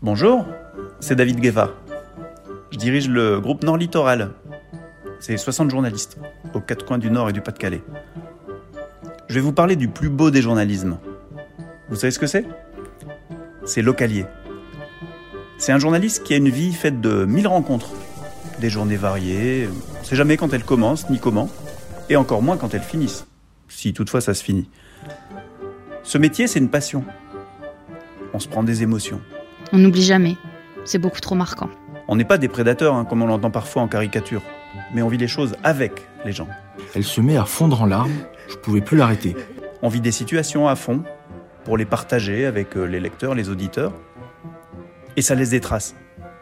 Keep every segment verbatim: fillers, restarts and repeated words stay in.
Bonjour, c'est David Gueva. Je dirige le groupe Nord Littoral. C'est soixante journalistes, aux quatre coins du Nord et du Pas-de-Calais. Je vais vous parler du plus beau des journalismes. Vous savez ce que c'est ? C'est Localier. C'est un journaliste qui a une vie faite de mille rencontres. Des journées variées, on ne sait jamais quand elles commencent, ni comment, et encore moins quand elles finissent. Si toutefois ça se finit. Ce métier, c'est une passion. On se prend des émotions. On n'oublie jamais. C'est beaucoup trop marquant. On n'est pas des prédateurs, hein, comme on l'entend parfois en caricature. Mais on vit les choses avec les gens. Elle se met à fondre en larmes. Je pouvais plus l'arrêter. On vit des situations à fond pour les partager avec les lecteurs, les auditeurs. Et ça laisse des traces.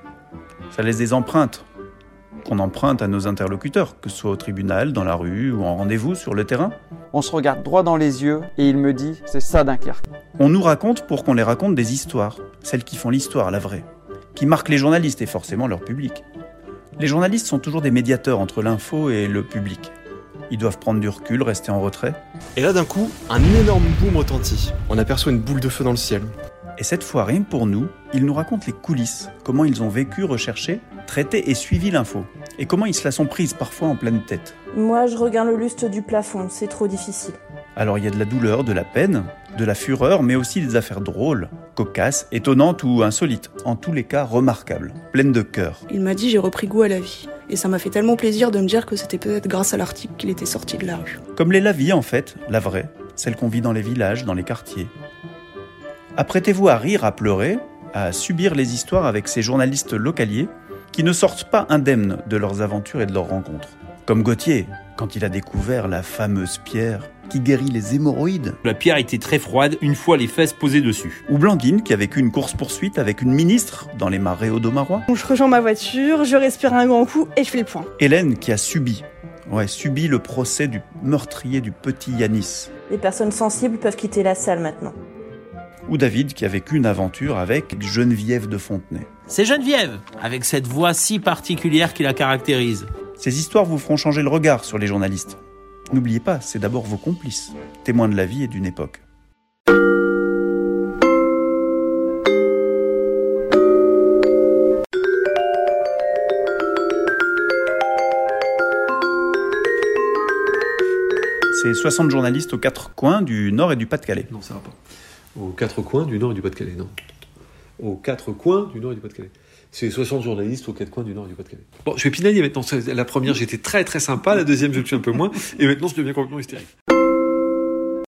Ça laisse des empreintes qu'on emprunte à nos interlocuteurs, que ce soit au tribunal, dans la rue ou en rendez-vous sur le terrain. On se regarde droit dans les yeux et il me dit « c'est ça Dunkerque ». On nous raconte pour qu'on les raconte des histoires, celles qui font l'histoire, la vraie, qui marquent les journalistes et forcément leur public. Les journalistes sont toujours des médiateurs entre l'info et le public. Ils doivent prendre du recul, rester en retrait. Et là d'un coup, un énorme boom retentit. On aperçoit une boule de feu dans le ciel. Et cette fois, rien que pour nous, ils nous racontent les coulisses, comment ils ont vécu, recherché, traité et suivi l'info. Et comment ils se la sont prise parfois en pleine tête. Moi, je regarde le lustre du plafond, c'est trop difficile. Alors il y a de la douleur, de la peine, de la fureur, mais aussi des affaires drôles, cocasses, étonnantes ou insolites. En tous les cas, remarquables, pleines de cœur. Il m'a dit j'ai repris goût à la vie. Et ça m'a fait tellement plaisir de me dire que c'était peut-être grâce à l'article qu'il était sorti de la rue. Comme l'est la vie en fait, la vraie, celle qu'on vit dans les villages, dans les quartiers. Apprêtez-vous à rire, à pleurer, à subir les histoires avec ces journalistes localiers qui ne sortent pas indemnes de leurs aventures et de leurs rencontres. Comme Gauthier, quand il a découvert la fameuse pierre qui guérit les hémorroïdes. La pierre était très froide une fois les fesses posées dessus. Ou Blandine qui a vécu une course-poursuite avec une ministre dans les marais audomarois. Je rejoins ma voiture, je respire un grand coup et je fais le point. Hélène qui a subi, ouais, subi le procès du meurtrier du petit Yanis. Les personnes sensibles peuvent quitter la salle maintenant. Ou David qui a vécu une aventure avec Geneviève de Fontenay. C'est Geneviève, avec cette voix si particulière qui la caractérise. Ces histoires vous feront changer le regard sur les journalistes. N'oubliez pas, c'est d'abord vos complices, témoins de la vie et d'une époque. C'est soixante journalistes aux quatre coins du Nord et du Pas-de-Calais. Non, ça va pas. Aux quatre coins du Nord et du Pas-de-Calais, non. Aux quatre coins du Nord et du Pas-de-Calais. C'est soixante journalistes aux quatre coins du Nord et du Pas-de-Calais. Bon, je vais pinailler maintenant. La première, j'étais très très sympa. La deuxième, je le suis un peu moins. Et maintenant, je deviens complètement hystérique.